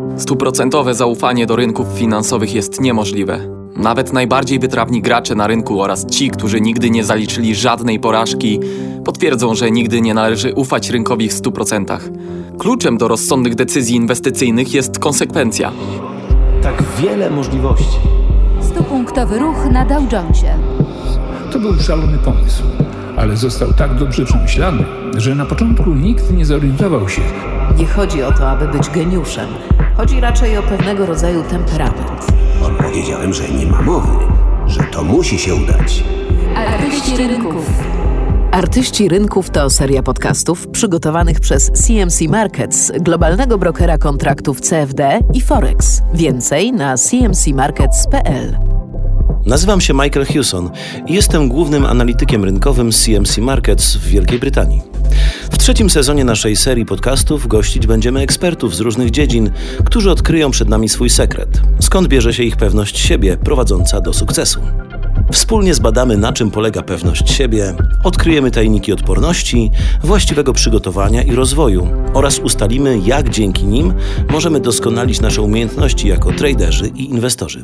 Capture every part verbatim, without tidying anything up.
Stuprocentowe zaufanie do rynków finansowych jest niemożliwe. Nawet najbardziej wytrawni gracze na rynku oraz ci, którzy nigdy nie zaliczyli żadnej porażki, potwierdzą, że nigdy nie należy ufać rynkowi w stu procentach. Kluczem do rozsądnych decyzji inwestycyjnych jest konsekwencja. Tak wiele możliwości. Stupunktowy ruch na Dow Jonesie. To był szalony pomysł, ale został tak dobrze przemyślany, że na początku nikt nie zorientował się. Nie chodzi o to, aby być geniuszem. Chodzi raczej o pewnego rodzaju temperament. Powiedziałem, że nie ma mowy, że to musi się udać. Artyści rynków. Artyści Rynków to seria podcastów przygotowanych przez C M C Markets, globalnego brokera kontraktów C F D i Forex. Więcej na c m c markets kropka p l. Nazywam się Michael Hewson i jestem głównym analitykiem rynkowym C M C Markets w Wielkiej Brytanii. W trzecim sezonie naszej serii podcastów gościć będziemy ekspertów z różnych dziedzin, którzy odkryją przed nami swój sekret. Skąd bierze się ich pewność siebie prowadząca do sukcesu? Wspólnie zbadamy, na czym polega pewność siebie, odkryjemy tajniki odporności, właściwego przygotowania i rozwoju oraz ustalimy, jak dzięki nim możemy doskonalić nasze umiejętności jako traderzy i inwestorzy.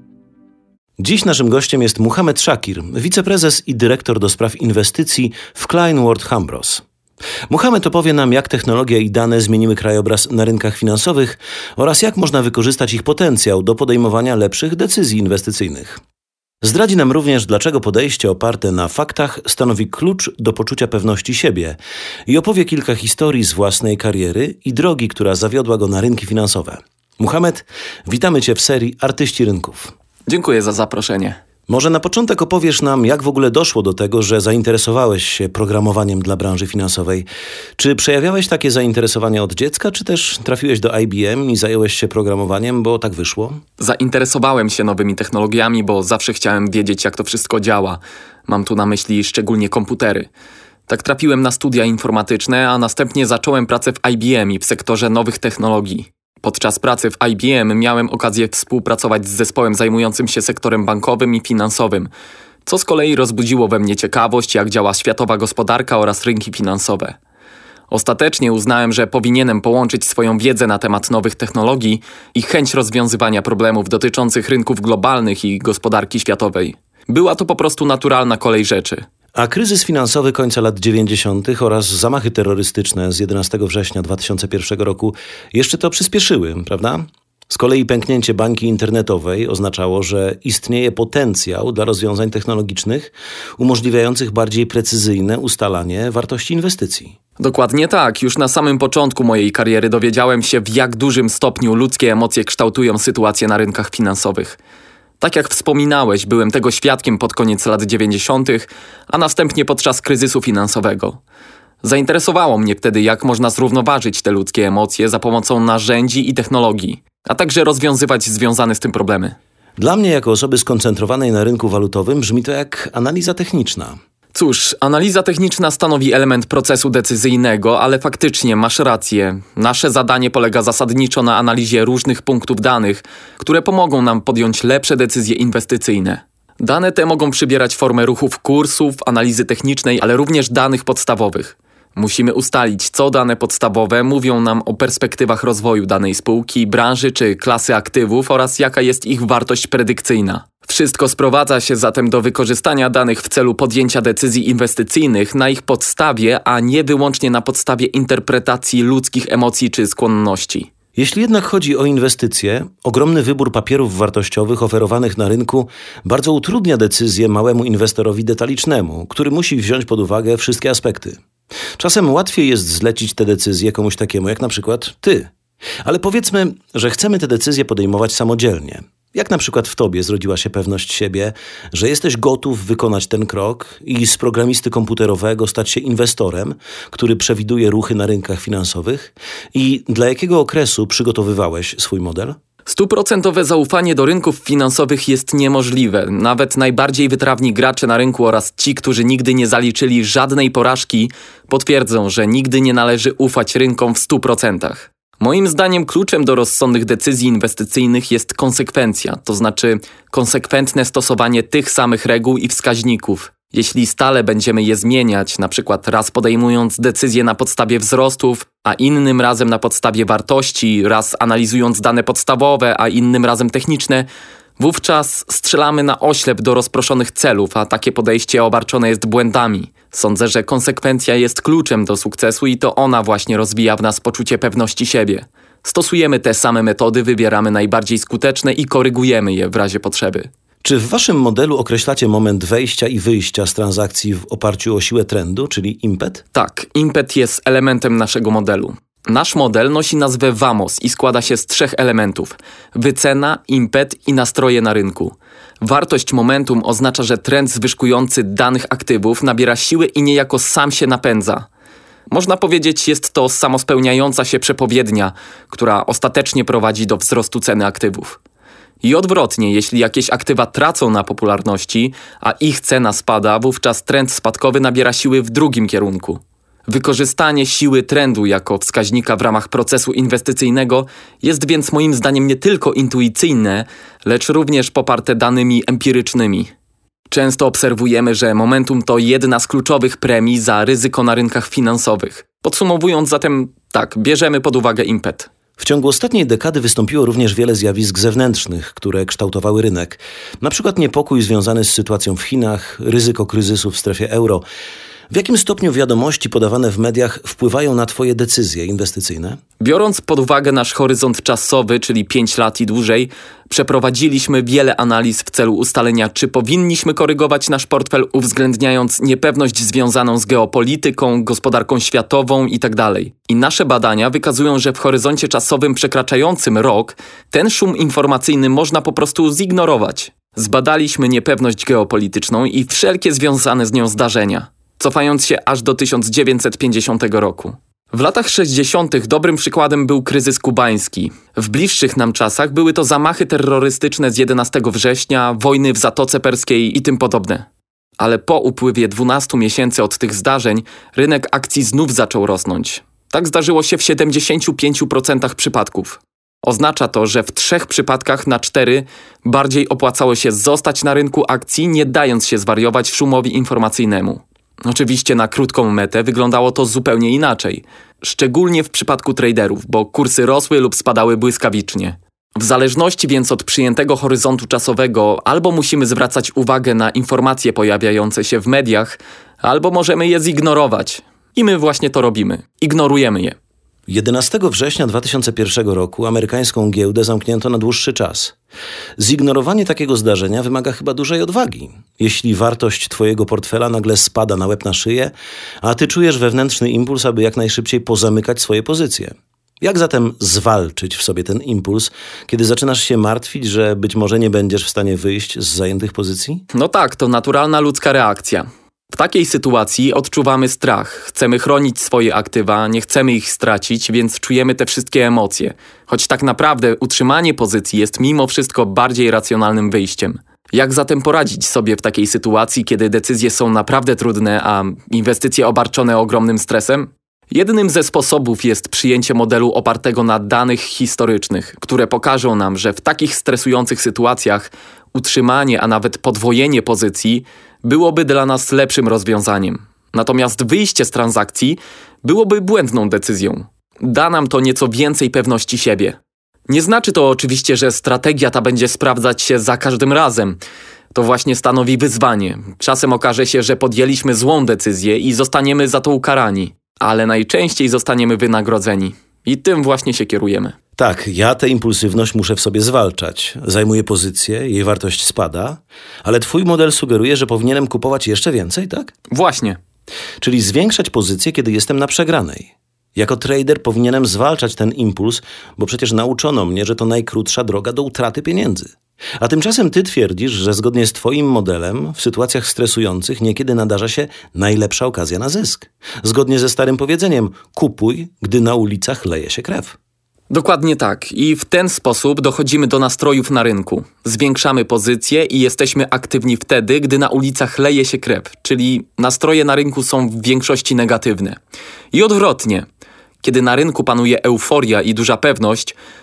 Dziś naszym gościem jest Muhammad Shakir, wiceprezes i dyrektor do spraw inwestycji w Kleinwort Hambros. Muhammad opowie nam, jak technologia i dane zmieniły krajobraz na rynkach finansowych oraz jak można wykorzystać ich potencjał do podejmowania lepszych decyzji inwestycyjnych. Zdradzi nam również, dlaczego podejście oparte na faktach stanowi klucz do poczucia pewności siebie i opowie kilka historii z własnej kariery i drogi, która zawiodła go na rynki finansowe. Muhammad, witamy Cię w serii Artyści Rynków. Dziękuję za zaproszenie. Może na początek opowiesz nam, jak w ogóle doszło do tego, że zainteresowałeś się programowaniem dla branży finansowej. Czy przejawiałeś takie zainteresowanie od dziecka, czy też trafiłeś do I B M i zająłeś się programowaniem, bo tak wyszło? Zainteresowałem się nowymi technologiami, bo zawsze chciałem wiedzieć, jak to wszystko działa. Mam tu na myśli szczególnie komputery. Tak trafiłem na studia informatyczne, a następnie zacząłem pracę w I B M i w sektorze nowych technologii. Podczas pracy w I B M miałem okazję współpracować z zespołem zajmującym się sektorem bankowym i finansowym, co z kolei rozbudziło we mnie ciekawość, jak działa światowa gospodarka oraz rynki finansowe. Ostatecznie uznałem, że powinienem połączyć swoją wiedzę na temat nowych technologii i chęć rozwiązywania problemów dotyczących rynków globalnych i gospodarki światowej. Była to po prostu naturalna kolej rzeczy. A kryzys finansowy końca lat dziewięćdziesiątych oraz zamachy terrorystyczne z jedenastego września dwa tysiące pierwszego roku jeszcze to przyspieszyły, prawda? Z kolei pęknięcie bańki internetowej oznaczało, że istnieje potencjał dla rozwiązań technologicznych umożliwiających bardziej precyzyjne ustalanie wartości inwestycji. Dokładnie tak. Już na samym początku mojej kariery dowiedziałem się, w jak dużym stopniu ludzkie emocje kształtują sytuację na rynkach finansowych. Tak jak wspominałeś, byłem tego świadkiem pod koniec lat dziewięćdziesiątych, a następnie podczas kryzysu finansowego. Zainteresowało mnie wtedy, jak można zrównoważyć te ludzkie emocje za pomocą narzędzi i technologii, a także rozwiązywać związane z tym problemy. Dla mnie, jako osoby skoncentrowanej na rynku walutowym, brzmi to jak analiza techniczna. Cóż, analiza techniczna stanowi element procesu decyzyjnego, ale faktycznie masz rację. Nasze zadanie polega zasadniczo na analizie różnych punktów danych, które pomogą nam podjąć lepsze decyzje inwestycyjne. Dane te mogą przybierać formę ruchów kursów, analizy technicznej, ale również danych podstawowych. Musimy ustalić, co dane podstawowe mówią nam o perspektywach rozwoju danej spółki, branży czy klasy aktywów oraz jaka jest ich wartość predykcyjna. Wszystko sprowadza się zatem do wykorzystania danych w celu podjęcia decyzji inwestycyjnych na ich podstawie, a nie wyłącznie na podstawie interpretacji ludzkich emocji czy skłonności. Jeśli jednak chodzi o inwestycje, ogromny wybór papierów wartościowych oferowanych na rynku bardzo utrudnia decyzję małemu inwestorowi detalicznemu, który musi wziąć pod uwagę wszystkie aspekty. Czasem łatwiej jest zlecić te decyzje komuś takiemu jak na przykład ty. Ale powiedzmy, że chcemy te decyzje podejmować samodzielnie. Jak na przykład w tobie zrodziła się pewność siebie, że jesteś gotów wykonać ten krok i z programisty komputerowego stać się inwestorem, który przewiduje ruchy na rynkach finansowych? I dla jakiego okresu przygotowywałeś swój model? Stuprocentowe zaufanie do rynków finansowych jest niemożliwe. Nawet najbardziej wytrawni gracze na rynku oraz ci, którzy nigdy nie zaliczyli żadnej porażki, potwierdzą, że nigdy nie należy ufać rynkom w stu procentach. Moim zdaniem kluczem do rozsądnych decyzji inwestycyjnych jest konsekwencja, to znaczy konsekwentne stosowanie tych samych reguł i wskaźników. Jeśli stale będziemy je zmieniać, na przykład raz podejmując decyzje na podstawie wzrostów, a innym razem na podstawie wartości, raz analizując dane podstawowe, a innym razem techniczne, wówczas strzelamy na oślep do rozproszonych celów, a takie podejście obarczone jest błędami. Sądzę, że konsekwencja jest kluczem do sukcesu i to ona właśnie rozwija w nas poczucie pewności siebie. Stosujemy te same metody, wybieramy najbardziej skuteczne i korygujemy je w razie potrzeby. Czy w waszym modelu określacie moment wejścia i wyjścia z transakcji w oparciu o siłę trendu, czyli impet? Tak, impet jest elementem naszego modelu. Nasz model nosi nazwę WAMOS i składa się z trzech elementów: wycena, impet i nastroje na rynku. Wartość momentum oznacza, że trend zwyżkujący danych aktywów nabiera siły i niejako sam się napędza. Można powiedzieć, jest to samospełniająca się przepowiednia, która ostatecznie prowadzi do wzrostu ceny aktywów. I odwrotnie, jeśli jakieś aktywa tracą na popularności, a ich cena spada, wówczas trend spadkowy nabiera siły w drugim kierunku. Wykorzystanie siły trendu jako wskaźnika w ramach procesu inwestycyjnego jest więc moim zdaniem nie tylko intuicyjne, lecz również poparte danymi empirycznymi. Często obserwujemy, że momentum to jedna z kluczowych premii za ryzyko na rynkach finansowych. Podsumowując zatem, tak, bierzemy pod uwagę impet. W ciągu ostatniej dekady wystąpiło również wiele zjawisk zewnętrznych, które kształtowały rynek. Na przykład niepokój związany z sytuacją w Chinach, ryzyko kryzysu w strefie euro. W jakim stopniu wiadomości podawane w mediach wpływają na twoje decyzje inwestycyjne? Biorąc pod uwagę nasz horyzont czasowy, czyli pięć lat i dłużej, przeprowadziliśmy wiele analiz w celu ustalenia, czy powinniśmy korygować nasz portfel, uwzględniając niepewność związaną z geopolityką, gospodarką światową itd. I nasze badania wykazują, że w horyzoncie czasowym przekraczającym rok ten szum informacyjny można po prostu zignorować. Zbadaliśmy niepewność geopolityczną i wszelkie związane z nią zdarzenia, cofając się aż do tysiąc dziewięćset pięćdziesiątego roku. W latach sześćdziesiątych dobrym przykładem był kryzys kubański. W bliższych nam czasach były to zamachy terrorystyczne z jedenastego września, wojny w Zatoce Perskiej i tym podobne. Ale po upływie dwunastu miesięcy od tych zdarzeń rynek akcji znów zaczął rosnąć. Tak zdarzyło się w siedemdziesięciu pięciu procentach przypadków. Oznacza to, że w trzech przypadkach na cztery bardziej opłacało się zostać na rynku akcji, nie dając się zwariować szumowi informacyjnemu. Oczywiście na krótką metę wyglądało to zupełnie inaczej. Szczególnie w przypadku traderów, bo kursy rosły lub spadały błyskawicznie. W zależności więc od przyjętego horyzontu czasowego albo musimy zwracać uwagę na informacje pojawiające się w mediach, albo możemy je zignorować. I my właśnie to robimy. Ignorujemy je. jedenastego września dwa tysiące pierwszego roku amerykańską giełdę zamknięto na dłuższy czas. Zignorowanie takiego zdarzenia wymaga chyba dużej odwagi. Jeśli wartość twojego portfela nagle spada na łeb na szyję, a ty czujesz wewnętrzny impuls, aby jak najszybciej pozamykać swoje pozycje. Jak zatem zwalczyć w sobie ten impuls, kiedy zaczynasz się martwić, że być może nie będziesz w stanie wyjść z zajętych pozycji? No tak, to naturalna ludzka reakcja. W takiej sytuacji odczuwamy strach, chcemy chronić swoje aktywa, nie chcemy ich stracić, więc czujemy te wszystkie emocje. Choć tak naprawdę utrzymanie pozycji jest mimo wszystko bardziej racjonalnym wyjściem. Jak zatem poradzić sobie w takiej sytuacji, kiedy decyzje są naprawdę trudne, a inwestycje obarczone ogromnym stresem? Jednym ze sposobów jest przyjęcie modelu opartego na danych historycznych, które pokażą nam, że w takich stresujących sytuacjach utrzymanie, a nawet podwojenie pozycji byłoby dla nas lepszym rozwiązaniem. Natomiast wyjście z transakcji byłoby błędną decyzją. Da nam to nieco więcej pewności siebie. Nie znaczy to oczywiście, że strategia ta będzie sprawdzać się za każdym razem. To właśnie stanowi wyzwanie. Czasem okaże się, że podjęliśmy złą decyzję i zostaniemy za to ukarani. Ale najczęściej zostaniemy wynagrodzeni. I tym właśnie się kierujemy. Tak, ja tę impulsywność muszę w sobie zwalczać. Zajmuję pozycję, jej wartość spada, ale twój model sugeruje, że powinienem kupować jeszcze więcej, tak? Właśnie. Czyli zwiększać pozycję, kiedy jestem na przegranej. Jako trader powinienem zwalczać ten impuls, bo przecież nauczono mnie, że to najkrótsza droga do utraty pieniędzy. A tymczasem ty twierdzisz, że zgodnie z twoim modelem w sytuacjach stresujących niekiedy nadarza się najlepsza okazja na zysk. Zgodnie ze starym powiedzeniem, kupuj, gdy na ulicach leje się krew. Dokładnie tak. I w ten sposób dochodzimy do nastrojów na rynku. Zwiększamy pozycję i jesteśmy aktywni wtedy, gdy na ulicach leje się krew, czyli nastroje na rynku są w większości negatywne. I odwrotnie. Kiedy na rynku panuje euforia i duża pewność,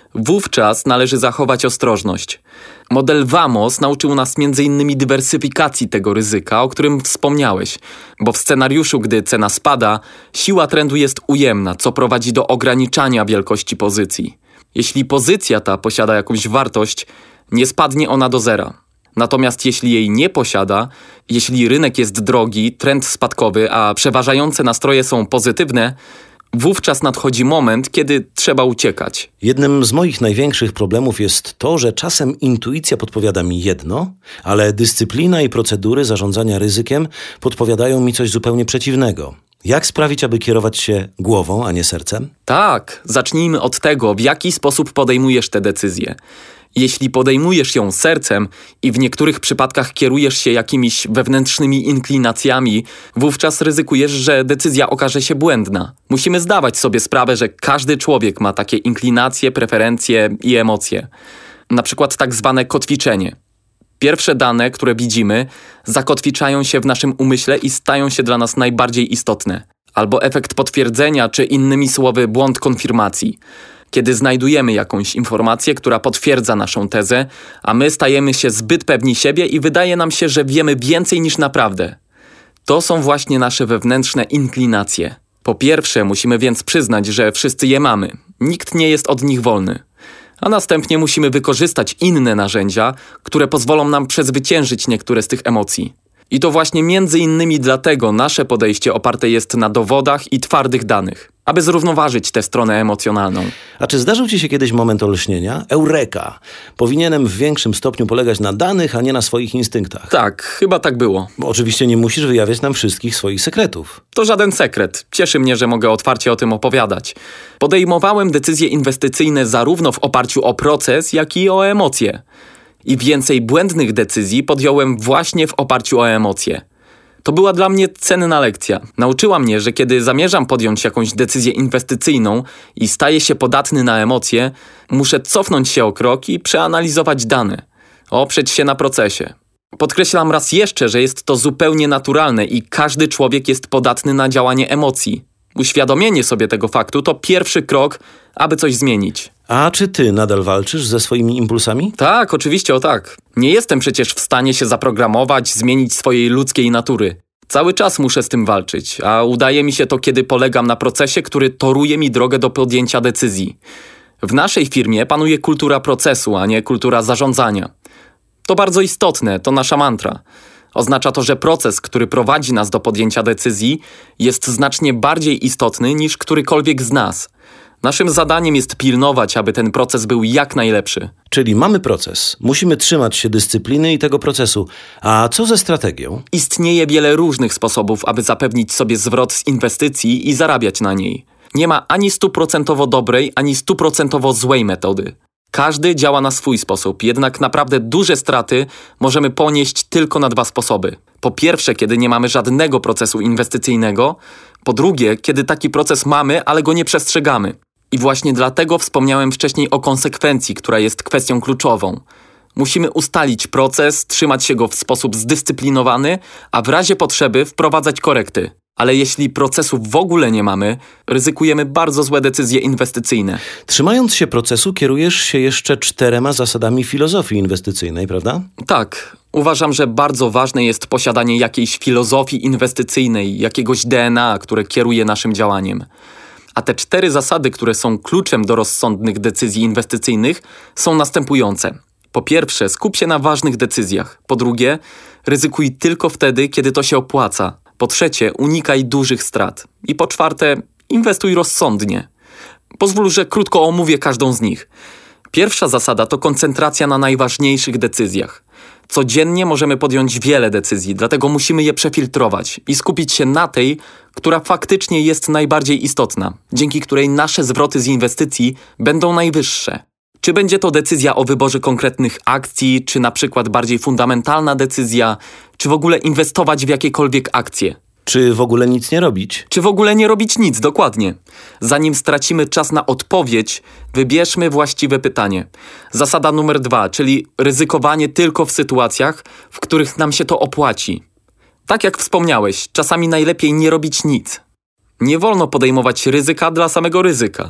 Wówczas należy zachować ostrożność. Model Vamos nauczył nas między innymi dywersyfikacji tego ryzyka, o którym wspomniałeś, bo w scenariuszu, gdy cena spada, siła trendu jest ujemna, co prowadzi do ograniczania wielkości pozycji. Jeśli pozycja ta posiada jakąś wartość, nie spadnie ona do zera. Natomiast jeśli jej nie posiada, jeśli rynek jest drogi, trend spadkowy, a przeważające nastroje są pozytywne, wówczas nadchodzi moment, kiedy trzeba uciekać. Jednym z moich największych problemów jest to, że czasem intuicja podpowiada mi jedno, ale dyscyplina i procedury zarządzania ryzykiem podpowiadają mi coś zupełnie przeciwnego. Jak sprawić, aby kierować się głową, a nie sercem? Tak, zacznijmy od tego, w jaki sposób podejmujesz te decyzje. Jeśli podejmujesz ją sercem i w niektórych przypadkach kierujesz się jakimiś wewnętrznymi inklinacjami, wówczas ryzykujesz, że decyzja okaże się błędna. Musimy zdawać sobie sprawę, że każdy człowiek ma takie inklinacje, preferencje i emocje. Na przykład tak zwane kotwiczenie. Pierwsze dane, które widzimy, zakotwiczają się w naszym umyśle i stają się dla nas najbardziej istotne. Albo efekt potwierdzenia, czy innymi słowy błąd konfirmacji. Kiedy znajdujemy jakąś informację, która potwierdza naszą tezę, a my stajemy się zbyt pewni siebie i wydaje nam się, że wiemy więcej niż naprawdę. To są właśnie nasze wewnętrzne inklinacje. Po pierwsze, musimy więc przyznać, że wszyscy je mamy. Nikt nie jest od nich wolny. A następnie musimy wykorzystać inne narzędzia, które pozwolą nam przezwyciężyć niektóre z tych emocji. I to właśnie między innymi dlatego nasze podejście oparte jest na dowodach i twardych danych, aby zrównoważyć tę stronę emocjonalną. A czy zdarzył Ci się kiedyś moment olśnienia? Eureka! Powinienem w większym stopniu polegać na danych, a nie na swoich instynktach. Tak, chyba tak było. Bo oczywiście nie musisz wyjawiać nam wszystkich swoich sekretów. To żaden sekret. Cieszy mnie, że mogę otwarcie o tym opowiadać. Podejmowałem decyzje inwestycyjne zarówno w oparciu o proces, jak i o emocje. I więcej błędnych decyzji podjąłem właśnie w oparciu o emocje. To była dla mnie cenna lekcja. Nauczyła mnie, że kiedy zamierzam podjąć jakąś decyzję inwestycyjną i staję się podatny na emocje, muszę cofnąć się o krok i przeanalizować dane. Oprzeć się na procesie. Podkreślam raz jeszcze, że jest to zupełnie naturalne i każdy człowiek jest podatny na działanie emocji. Uświadomienie sobie tego faktu to pierwszy krok, aby coś zmienić. A czy ty nadal walczysz ze swoimi impulsami? Tak, oczywiście, o tak. Nie jestem przecież w stanie się zaprogramować, zmienić swojej ludzkiej natury. Cały czas muszę z tym walczyć, a udaje mi się to, kiedy polegam na procesie, który toruje mi drogę do podjęcia decyzji. W naszej firmie panuje kultura procesu, a nie kultura zarządzania. To bardzo istotne, to nasza mantra. Oznacza to, że proces, który prowadzi nas do podjęcia decyzji, jest znacznie bardziej istotny niż którykolwiek z nas. Naszym zadaniem jest pilnować, aby ten proces był jak najlepszy. Czyli mamy proces, musimy trzymać się dyscypliny i tego procesu. A co ze strategią? Istnieje wiele różnych sposobów, aby zapewnić sobie zwrot z inwestycji i zarabiać na niej. Nie ma ani stuprocentowo dobrej, ani stuprocentowo złej metody. Każdy działa na swój sposób, jednak naprawdę duże straty możemy ponieść tylko na dwa sposoby. Po pierwsze, kiedy nie mamy żadnego procesu inwestycyjnego. Po drugie, kiedy taki proces mamy, ale go nie przestrzegamy. I właśnie dlatego wspomniałem wcześniej o konsekwencji, która jest kwestią kluczową. Musimy ustalić proces, trzymać się go w sposób zdyscyplinowany, a w razie potrzeby wprowadzać korekty. Ale jeśli procesu w ogóle nie mamy, ryzykujemy bardzo złe decyzje inwestycyjne. Trzymając się procesu, kierujesz się jeszcze czterema zasadami filozofii inwestycyjnej, prawda? Tak. Uważam, że bardzo ważne jest posiadanie jakiejś filozofii inwestycyjnej, jakiegoś D N A, które kieruje naszym działaniem. A te cztery zasady, które są kluczem do rozsądnych decyzji inwestycyjnych, są następujące. Po pierwsze, skup się na ważnych decyzjach. Po drugie, ryzykuj tylko wtedy, kiedy to się opłaca. Po trzecie, unikaj dużych strat. I po czwarte, inwestuj rozsądnie. Pozwól, że krótko omówię każdą z nich. Pierwsza zasada to koncentracja na najważniejszych decyzjach. Codziennie możemy podjąć wiele decyzji, dlatego musimy je przefiltrować i skupić się na tej, która faktycznie jest najbardziej istotna, dzięki której nasze zwroty z inwestycji będą najwyższe. Czy będzie to decyzja o wyborze konkretnych akcji, czy na przykład bardziej fundamentalna decyzja, czy w ogóle inwestować w jakiekolwiek akcje. Czy w ogóle nic nie robić? Czy w ogóle nie robić nic, dokładnie. Zanim stracimy czas na odpowiedź, wybierzmy właściwe pytanie. Zasada numer dwa, czyli ryzykowanie tylko w sytuacjach, w których nam się to opłaci. Tak jak wspomniałeś, czasami najlepiej nie robić nic. Nie wolno podejmować ryzyka dla samego ryzyka.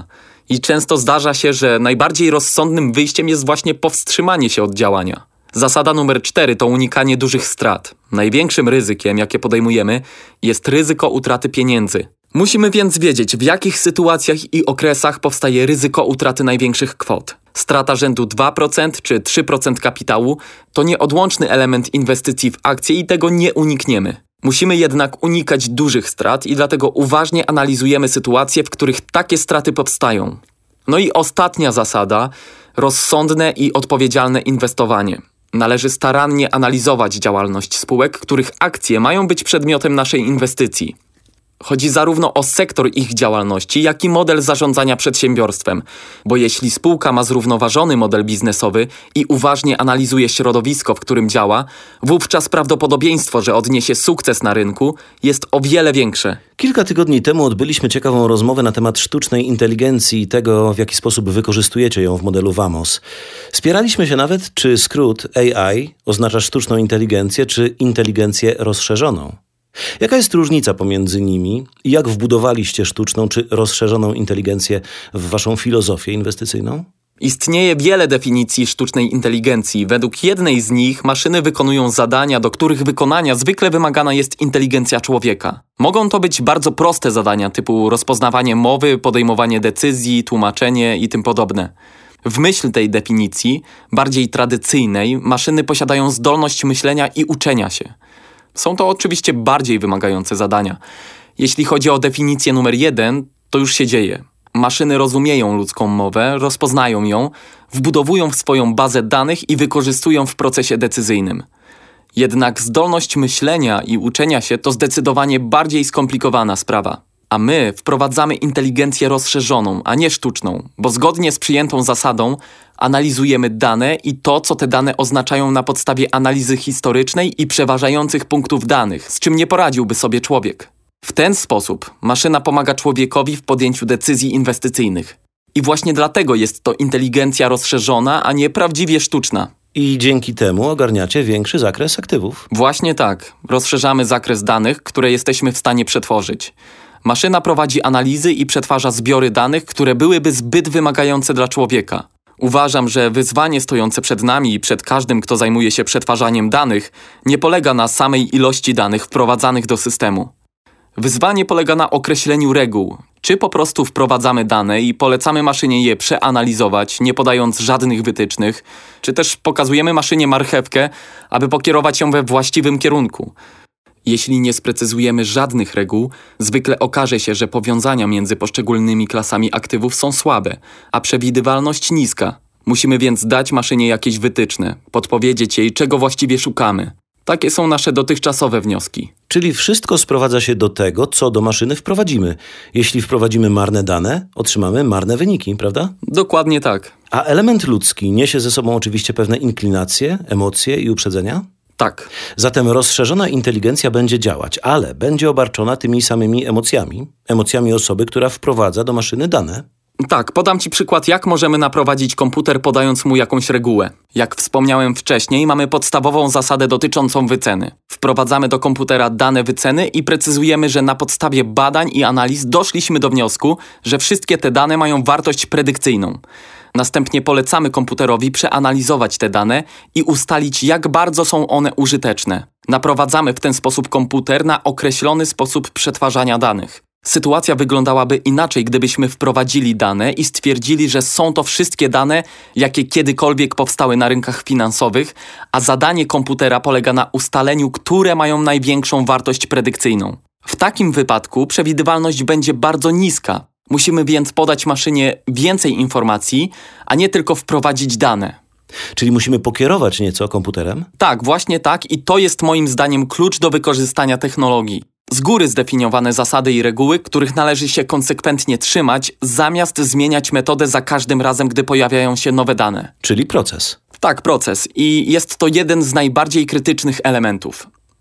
I często zdarza się, że najbardziej rozsądnym wyjściem jest właśnie powstrzymanie się od działania. Zasada numer cztery to unikanie dużych strat. Największym ryzykiem, jakie podejmujemy, jest ryzyko utraty pieniędzy. Musimy więc wiedzieć, w jakich sytuacjach i okresach powstaje ryzyko utraty największych kwot. Strata rzędu dwa procent czy trzy procent kapitału to nieodłączny element inwestycji w akcje i tego nie unikniemy. Musimy jednak unikać dużych strat i dlatego uważnie analizujemy sytuacje, w których takie straty powstają. No i ostatnia zasada, rozsądne i odpowiedzialne inwestowanie. Należy starannie analizować działalność spółek, których akcje mają być przedmiotem naszej inwestycji. Chodzi zarówno o sektor ich działalności, jak i model zarządzania przedsiębiorstwem, bo jeśli spółka ma zrównoważony model biznesowy i uważnie analizuje środowisko, w którym działa, wówczas prawdopodobieństwo, że odniesie sukces na rynku, jest o wiele większe. Kilka tygodni temu odbyliśmy ciekawą rozmowę na temat sztucznej inteligencji i tego, w jaki sposób wykorzystujecie ją w modelu Vamos. Spieraliśmy się nawet, czy skrót A I oznacza sztuczną inteligencję, czy inteligencję rozszerzoną. Jaka jest różnica pomiędzy nimi i jak wbudowaliście sztuczną czy rozszerzoną inteligencję w waszą filozofię inwestycyjną? Istnieje wiele definicji sztucznej inteligencji. Według jednej z nich maszyny wykonują zadania, do których wykonania zwykle wymagana jest inteligencja człowieka. Mogą to być bardzo proste zadania typu rozpoznawanie mowy, podejmowanie decyzji, tłumaczenie i tym podobne. W myśl tej definicji, bardziej tradycyjnej, maszyny posiadają zdolność myślenia i uczenia się. Są to oczywiście bardziej wymagające zadania. Jeśli chodzi o definicję numer jeden, to już się dzieje. Maszyny rozumieją ludzką mowę, rozpoznają ją, wbudowują w swoją bazę danych i wykorzystują w procesie decyzyjnym. Jednak zdolność myślenia i uczenia się to zdecydowanie bardziej skomplikowana sprawa. A my wprowadzamy inteligencję rozszerzoną, a nie sztuczną, bo zgodnie z przyjętą zasadą analizujemy dane i to, co te dane oznaczają na podstawie analizy historycznej i przeważających punktów danych, z czym nie poradziłby sobie człowiek. W ten sposób maszyna pomaga człowiekowi w podjęciu decyzji inwestycyjnych. I właśnie dlatego jest to inteligencja rozszerzona, a nie prawdziwie sztuczna. I dzięki temu ogarniacie większy zakres aktywów. Właśnie tak. Rozszerzamy zakres danych, które jesteśmy w stanie przetworzyć. Maszyna prowadzi analizy i przetwarza zbiory danych, które byłyby zbyt wymagające dla człowieka. Uważam, że wyzwanie stojące przed nami i przed każdym, kto zajmuje się przetwarzaniem danych, nie polega na samej ilości danych wprowadzanych do systemu. Wyzwanie polega na określeniu reguł. Czy po prostu wprowadzamy dane i polecamy maszynie je przeanalizować, nie podając żadnych wytycznych, czy też pokazujemy maszynie marchewkę, aby pokierować ją we właściwym kierunku. Jeśli nie sprecyzujemy żadnych reguł, zwykle okaże się, że powiązania między poszczególnymi klasami aktywów są słabe, a przewidywalność niska. Musimy więc dać maszynie jakieś wytyczne, podpowiedzieć jej, czego właściwie szukamy. Takie są nasze dotychczasowe wnioski. Czyli wszystko sprowadza się do tego, co do maszyny wprowadzimy. Jeśli wprowadzimy marne dane, otrzymamy marne wyniki, prawda? Dokładnie tak. A element ludzki niesie ze sobą oczywiście pewne inklinacje, emocje i uprzedzenia? Tak. Zatem rozszerzona inteligencja będzie działać, ale będzie obarczona tymi samymi emocjami, emocjami osoby, która wprowadza do maszyny dane. Tak, podam Ci przykład, jak możemy naprowadzić komputer, podając mu jakąś regułę. Jak wspomniałem wcześniej, mamy podstawową zasadę dotyczącą wyceny. Wprowadzamy do komputera dane wyceny i precyzujemy, że na podstawie badań i analiz doszliśmy do wniosku, że wszystkie te dane mają wartość predykcyjną. Następnie polecamy komputerowi przeanalizować te dane i ustalić, jak bardzo są one użyteczne. Naprowadzamy w ten sposób komputer na określony sposób przetwarzania danych. Sytuacja wyglądałaby inaczej, gdybyśmy wprowadzili dane i stwierdzili, że są to wszystkie dane, jakie kiedykolwiek powstały na rynkach finansowych, a zadanie komputera polega na ustaleniu, które mają największą wartość predykcyjną. W takim wypadku przewidywalność będzie bardzo niska. Musimy więc podać maszynie więcej informacji, a nie tylko wprowadzić dane. Czyli musimy pokierować nieco komputerem? Tak, właśnie tak i to jest moim zdaniem klucz do wykorzystania technologii. Z góry zdefiniowane zasady i reguły, których należy się konsekwentnie trzymać, zamiast zmieniać metodę za każdym razem, gdy pojawiają się nowe dane. Czyli proces. Tak, proces. I jest to jeden z najbardziej krytycznych elementów.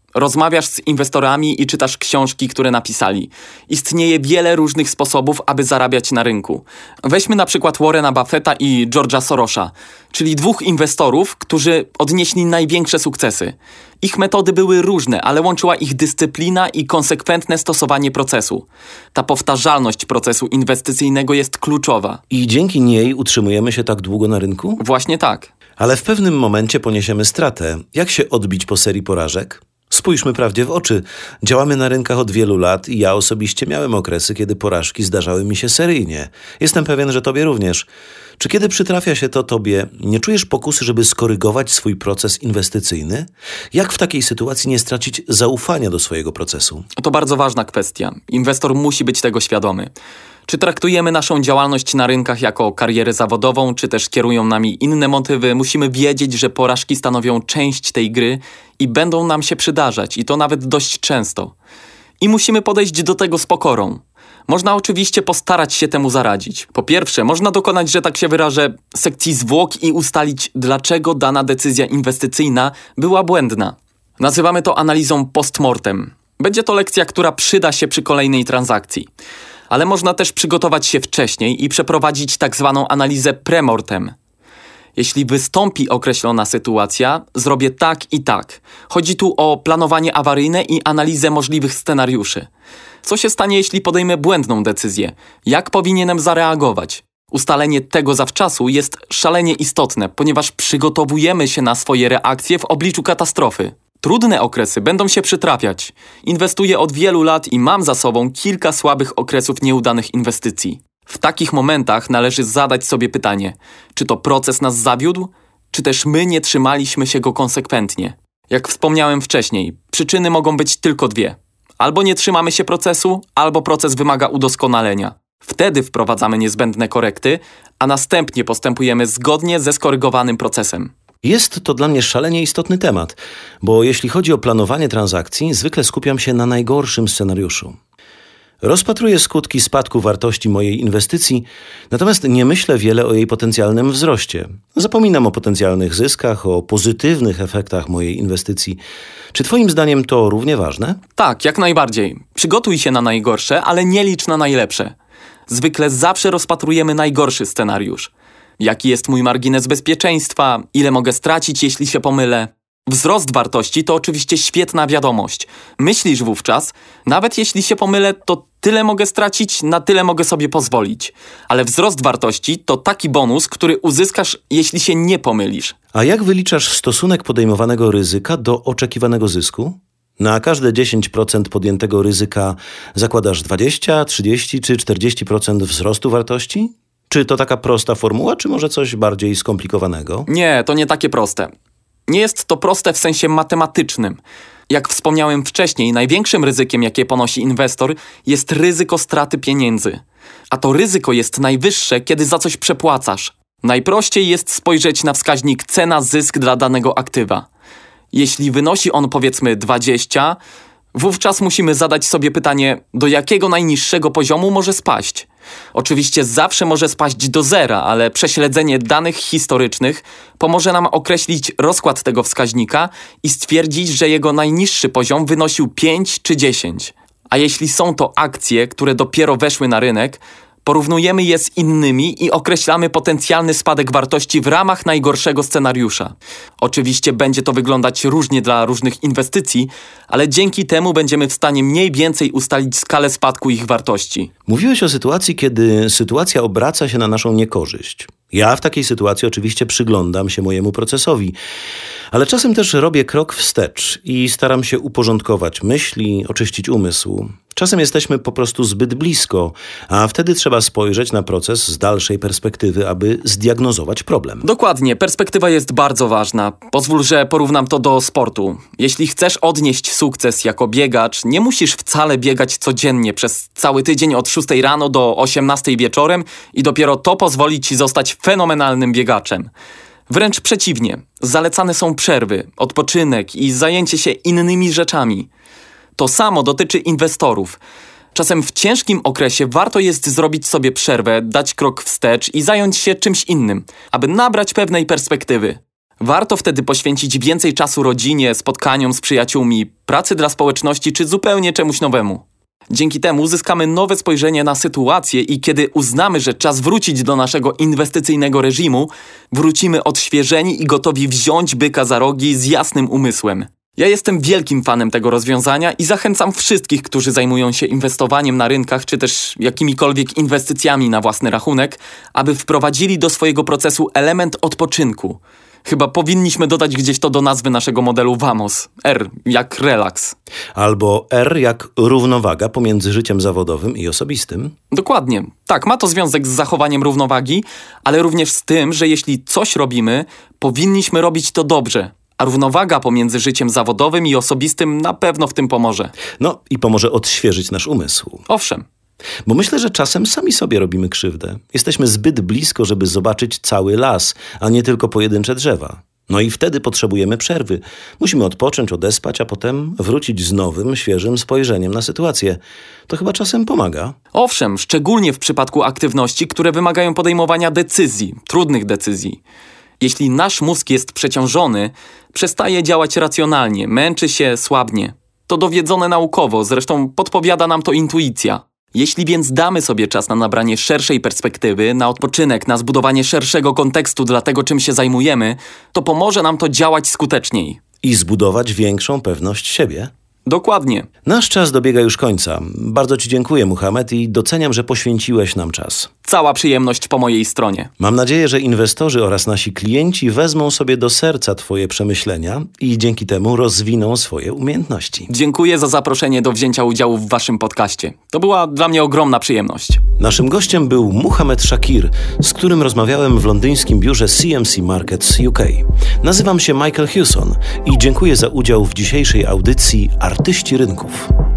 Rozmawiasz z inwestorami i czytasz książki, które napisali. Istnieje wiele różnych sposobów, aby zarabiać na rynku. Weźmy na przykład Warrena Buffetta i George'a Soros'a, czyli dwóch inwestorów, którzy odnieśli największe sukcesy. Ich metody były różne, ale łączyła ich dyscyplina i konsekwentne stosowanie procesu. Ta powtarzalność procesu inwestycyjnego jest kluczowa. I dzięki niej utrzymujemy się tak długo na rynku? Właśnie tak. Ale w pewnym momencie poniesiemy stratę. Jak się odbić po serii porażek? Spójrzmy prawdzie w oczy. Działamy na rynkach od wielu lat i ja osobiście miałem okresy, kiedy porażki zdarzały mi się seryjnie. Jestem pewien, że tobie również. Czy kiedy przytrafia się to tobie, nie czujesz pokusy, żeby skorygować swój proces inwestycyjny? Jak w takiej sytuacji nie stracić zaufania do swojego procesu? To bardzo ważna kwestia. Inwestor musi być tego świadomy. Czy traktujemy naszą działalność na rynkach jako karierę zawodową, czy też kierują nami inne motywy, musimy wiedzieć, że porażki stanowią część tej gry i będą nam się przydarzać, i to nawet dość często. I musimy podejść do tego z pokorą. Można oczywiście postarać się temu zaradzić. Po pierwsze, można dokonać, że tak się wyrażę, sekcji zwłok i ustalić, dlaczego dana decyzja inwestycyjna była błędna. Nazywamy to analizą post-mortem. Będzie to lekcja, która przyda się przy kolejnej transakcji. Ale można też przygotować się wcześniej i przeprowadzić tak zwaną analizę premortem. Jeśli wystąpi określona sytuacja, zrobię tak i tak. Chodzi tu o planowanie awaryjne i analizę możliwych scenariuszy. Co się stanie, jeśli podejmę błędną decyzję? Jak powinienem zareagować? Ustalenie tego zawczasu jest szalenie istotne, ponieważ przygotowujemy się na swoje reakcje w obliczu katastrofy. Trudne okresy będą się przytrafiać. Inwestuję od wielu lat i mam za sobą kilka słabych okresów nieudanych inwestycji. W takich momentach należy zadać sobie pytanie, czy to proces nas zawiódł, czy też my nie trzymaliśmy się go konsekwentnie. Jak wspomniałem wcześniej, przyczyny mogą być tylko dwie. Albo nie trzymamy się procesu, albo proces wymaga udoskonalenia. Wtedy wprowadzamy niezbędne korekty, a następnie postępujemy zgodnie ze skorygowanym procesem. Jest to dla mnie szalenie istotny temat, bo jeśli chodzi o planowanie transakcji, zwykle skupiam się na najgorszym scenariuszu. Rozpatruję skutki spadku wartości mojej inwestycji, natomiast nie myślę wiele o jej potencjalnym wzroście. Zapominam o potencjalnych zyskach, o pozytywnych efektach mojej inwestycji. Czy twoim zdaniem to równie ważne? Tak, jak najbardziej. Przygotuj się na najgorsze, ale nie licz na najlepsze. Zwykle zawsze rozpatrujemy najgorszy scenariusz. Jaki jest mój margines bezpieczeństwa? Ile mogę stracić, jeśli się pomylę? Wzrost wartości to oczywiście świetna wiadomość. Myślisz wówczas, nawet jeśli się pomylę, to tyle mogę stracić, na tyle mogę sobie pozwolić. Ale wzrost wartości to taki bonus, który uzyskasz, jeśli się nie pomylisz. A jak wyliczasz stosunek podejmowanego ryzyka do oczekiwanego zysku? Na każde dziesięć procent podjętego ryzyka zakładasz dwadzieścia, trzydzieści czy czterdzieści procent wzrostu wartości? Czy to taka prosta formuła, czy może coś bardziej skomplikowanego? Nie, to nie takie proste. Nie jest to proste w sensie matematycznym. Jak wspomniałem wcześniej, największym ryzykiem, jakie ponosi inwestor, jest ryzyko straty pieniędzy. A to ryzyko jest najwyższe, kiedy za coś przepłacasz. Najprościej jest spojrzeć na wskaźnik cena-zysk dla danego aktywa. Jeśli wynosi on powiedzmy dwadzieścia, wówczas musimy zadać sobie pytanie, do jakiego najniższego poziomu może spaść. Oczywiście zawsze może spaść do zera, ale prześledzenie danych historycznych pomoże nam określić rozkład tego wskaźnika i stwierdzić, że jego najniższy poziom wynosił pięć czy dziesięć. A jeśli są to akcje, które dopiero weszły na rynek, porównujemy je z innymi i określamy potencjalny spadek wartości w ramach najgorszego scenariusza. Oczywiście będzie to wyglądać różnie dla różnych inwestycji, ale dzięki temu będziemy w stanie mniej więcej ustalić skalę spadku ich wartości. Mówiłeś o sytuacji, kiedy sytuacja obraca się na naszą niekorzyść. Ja w takiej sytuacji oczywiście przyglądam się mojemu procesowi, ale czasem też robię krok wstecz i staram się uporządkować myśli, oczyścić umysł. Czasem jesteśmy po prostu zbyt blisko, a wtedy trzeba spojrzeć na proces z dalszej perspektywy, aby zdiagnozować problem. Dokładnie, perspektywa jest bardzo ważna. Pozwól, że porównam to do sportu. Jeśli chcesz odnieść sukces jako biegacz, nie musisz wcale biegać codziennie przez cały tydzień od szóstej rano do osiemnastej wieczorem i dopiero to pozwoli ci zostać fenomenalnym biegaczem. Wręcz przeciwnie, zalecane są przerwy, odpoczynek i zajęcie się innymi rzeczami. To samo dotyczy inwestorów. Czasem w ciężkim okresie warto jest zrobić sobie przerwę, dać krok wstecz i zająć się czymś innym, aby nabrać pewnej perspektywy. Warto wtedy poświęcić więcej czasu rodzinie, spotkaniom z przyjaciółmi, pracy dla społeczności czy zupełnie czemuś nowemu. Dzięki temu uzyskamy nowe spojrzenie na sytuację i kiedy uznamy, że czas wrócić do naszego inwestycyjnego reżimu, wrócimy odświeżeni i gotowi wziąć byka za rogi z jasnym umysłem. Ja jestem wielkim fanem tego rozwiązania i zachęcam wszystkich, którzy zajmują się inwestowaniem na rynkach czy też jakimikolwiek inwestycjami na własny rachunek, aby wprowadzili do swojego procesu element odpoczynku. Chyba powinniśmy dodać gdzieś to do nazwy naszego modelu Vamos. R jak relaks. Albo R jak równowaga pomiędzy życiem zawodowym i osobistym. Dokładnie. Tak, ma to związek z zachowaniem równowagi, ale również z tym, że jeśli coś robimy, powinniśmy robić to dobrze. A równowaga pomiędzy życiem zawodowym i osobistym na pewno w tym pomoże. No i pomoże odświeżyć nasz umysł. Owszem. Bo myślę, że czasem sami sobie robimy krzywdę. Jesteśmy zbyt blisko, żeby zobaczyć cały las, a nie tylko pojedyncze drzewa. No i wtedy potrzebujemy przerwy. Musimy odpocząć, odespać, a potem wrócić z nowym, świeżym spojrzeniem na sytuację. To chyba czasem pomaga. Owszem, szczególnie w przypadku aktywności, które wymagają podejmowania decyzji, trudnych decyzji. Jeśli nasz mózg jest przeciążony, przestaje działać racjonalnie, męczy się, słabnie. To dowiedzone naukowo, zresztą podpowiada nam to intuicja. Jeśli więc damy sobie czas na nabranie szerszej perspektywy, na odpoczynek, na zbudowanie szerszego kontekstu dla tego, czym się zajmujemy, to pomoże nam to działać skuteczniej. I zbudować większą pewność siebie. Dokładnie. Nasz czas dobiega już końca. Bardzo Ci dziękuję, Muhammad, i doceniam, że poświęciłeś nam czas. Cała przyjemność po mojej stronie. Mam nadzieję, że inwestorzy oraz nasi klienci wezmą sobie do serca Twoje przemyślenia i dzięki temu rozwiną swoje umiejętności. Dziękuję za zaproszenie do wzięcia udziału w Waszym podcaście. To była dla mnie ogromna przyjemność. Naszym gościem był Muhammad Shakir, z którym rozmawiałem w londyńskim biurze C M C Markets U K. Nazywam się Michael Hewson i dziękuję za udział w dzisiejszej audycji Artyści Rynków.